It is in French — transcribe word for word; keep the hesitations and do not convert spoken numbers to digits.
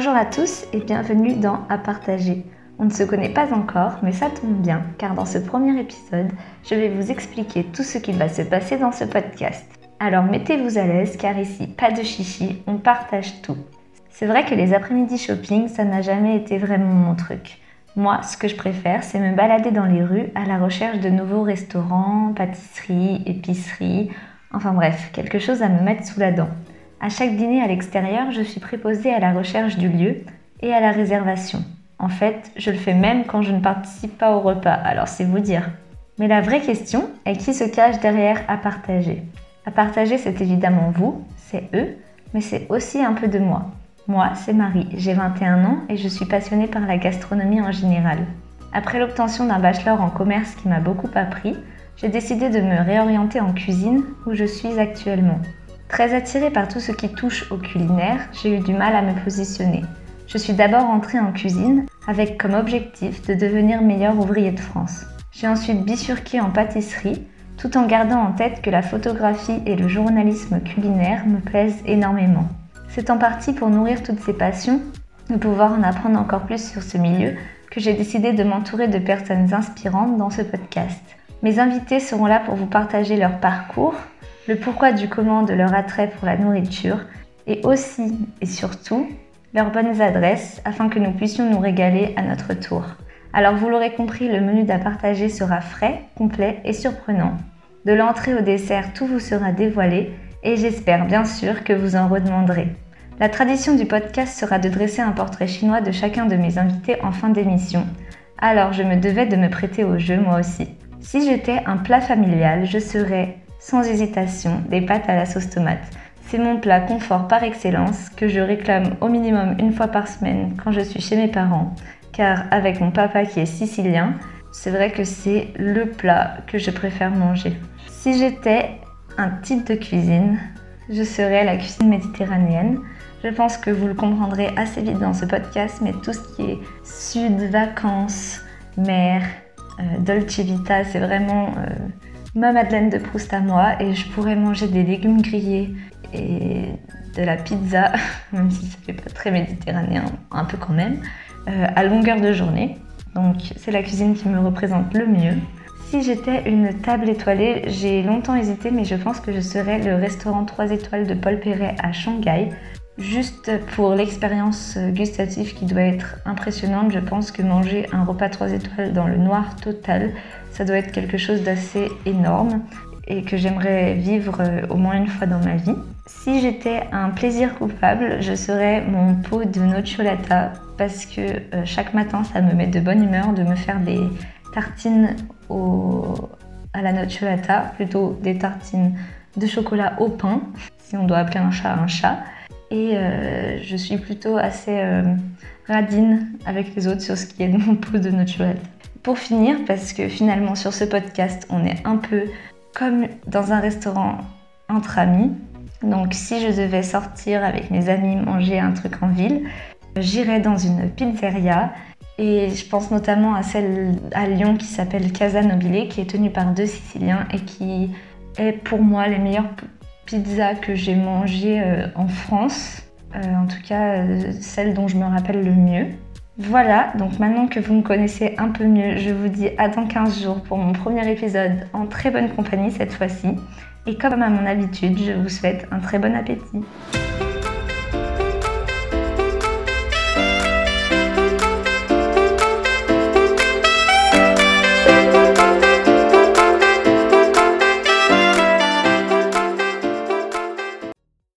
Bonjour à tous et bienvenue dans À partager. On ne se connaît pas encore, mais ça tombe bien, car dans ce premier épisode, je vais vous expliquer tout ce qui va se passer dans ce podcast. Alors mettez-vous à l'aise, car ici, pas de chichi, on partage tout. C'est vrai que les après-midi shopping, ça n'a jamais été vraiment mon truc. Moi, ce que je préfère, c'est me balader dans les rues à la recherche de nouveaux restaurants, pâtisseries, épiceries, enfin bref, quelque chose à me mettre sous la dent. À chaque dîner à l'extérieur, je suis préposée à la recherche du lieu et à la réservation. En fait, je le fais même quand je ne participe pas au repas, alors c'est vous dire. Mais la vraie question est qui se cache derrière à partager. À partager, c'est évidemment vous, c'est eux, mais c'est aussi un peu de moi. Moi, c'est Marie, j'ai vingt et un ans et je suis passionnée par la gastronomie en général. Après l'obtention d'un bachelor en commerce qui m'a beaucoup appris, j'ai décidé de me réorienter en cuisine où je suis actuellement. Très attirée par tout ce qui touche au culinaire, j'ai eu du mal à me positionner. Je suis d'abord entrée en cuisine avec comme objectif de devenir meilleur ouvrier de France. J'ai ensuite bifurqué en pâtisserie, tout en gardant en tête que la photographie et le journalisme culinaire me plaisent énormément. C'est en partie pour nourrir toutes ces passions, de pouvoir en apprendre encore plus sur ce milieu, que j'ai décidé de m'entourer de personnes inspirantes dans ce podcast. Mes invités seront là pour vous partager leur parcours, le pourquoi du comment de leur attrait pour la nourriture et aussi et surtout leurs bonnes adresses afin que nous puissions nous régaler à notre tour. Alors vous l'aurez compris, le menu d'à partager sera frais, complet et surprenant. De l'entrée au dessert, tout vous sera dévoilé et j'espère bien sûr que vous en redemanderez. La tradition du podcast sera de dresser un portrait chinois de chacun de mes invités en fin d'émission. Alors je me devais de me prêter au jeu moi aussi. Si j'étais un plat familial, je serais sans hésitation des pâtes à la sauce tomate. C'est mon plat confort par excellence que je réclame au minimum une fois par semaine quand je suis chez mes parents. Car avec mon papa qui est sicilien, c'est vrai que c'est le plat que je préfère manger. Si j'étais un type de cuisine, je serais la cuisine méditerranéenne. Je pense que vous le comprendrez assez vite dans ce podcast, mais tout ce qui est sud, vacances, mer, euh, dolce vita, c'est vraiment euh, ma Madeleine de Proust à moi et je pourrais manger des légumes grillés et de la pizza, même si ça fait pas très méditerranéen, un peu quand même, euh, à longueur de journée. Donc c'est la cuisine qui me représente le mieux. Si j'étais une table étoilée, j'ai longtemps hésité, mais je pense que je serais le restaurant trois étoiles de Paul Perret à Shanghai. Juste pour l'expérience gustative qui doit être impressionnante, je pense que manger un repas trois étoiles dans le noir total, ça doit être quelque chose d'assez énorme et que j'aimerais vivre au moins une fois dans ma vie. Si j'étais un plaisir coupable, je serais mon pot de nocciolata parce que euh, chaque matin, ça me met de bonne humeur de me faire des tartines au... à la nocciolata, plutôt des tartines de chocolat au pain, si on doit appeler un chat un chat. Et euh, je suis plutôt assez euh, radine avec les autres sur ce qui est de mon pot de nocciolata. Pour finir, parce que finalement sur ce podcast, on est un peu comme dans un restaurant entre amis. Donc si je devais sortir avec mes amis manger un truc en ville, j'irais dans une pizzeria. Et je pense notamment à celle à Lyon qui s'appelle Casa Nobile, qui est tenue par deux Siciliens et qui est pour moi les meilleures pizzas que j'ai mangées euh, en France. Euh, en tout cas, euh, celle dont je me rappelle le mieux. Voilà, donc maintenant que vous me connaissez un peu mieux, je vous dis à dans quinze jours pour mon premier épisode en très bonne compagnie cette fois-ci. Et comme à mon habitude, je vous souhaite un très bon appétit.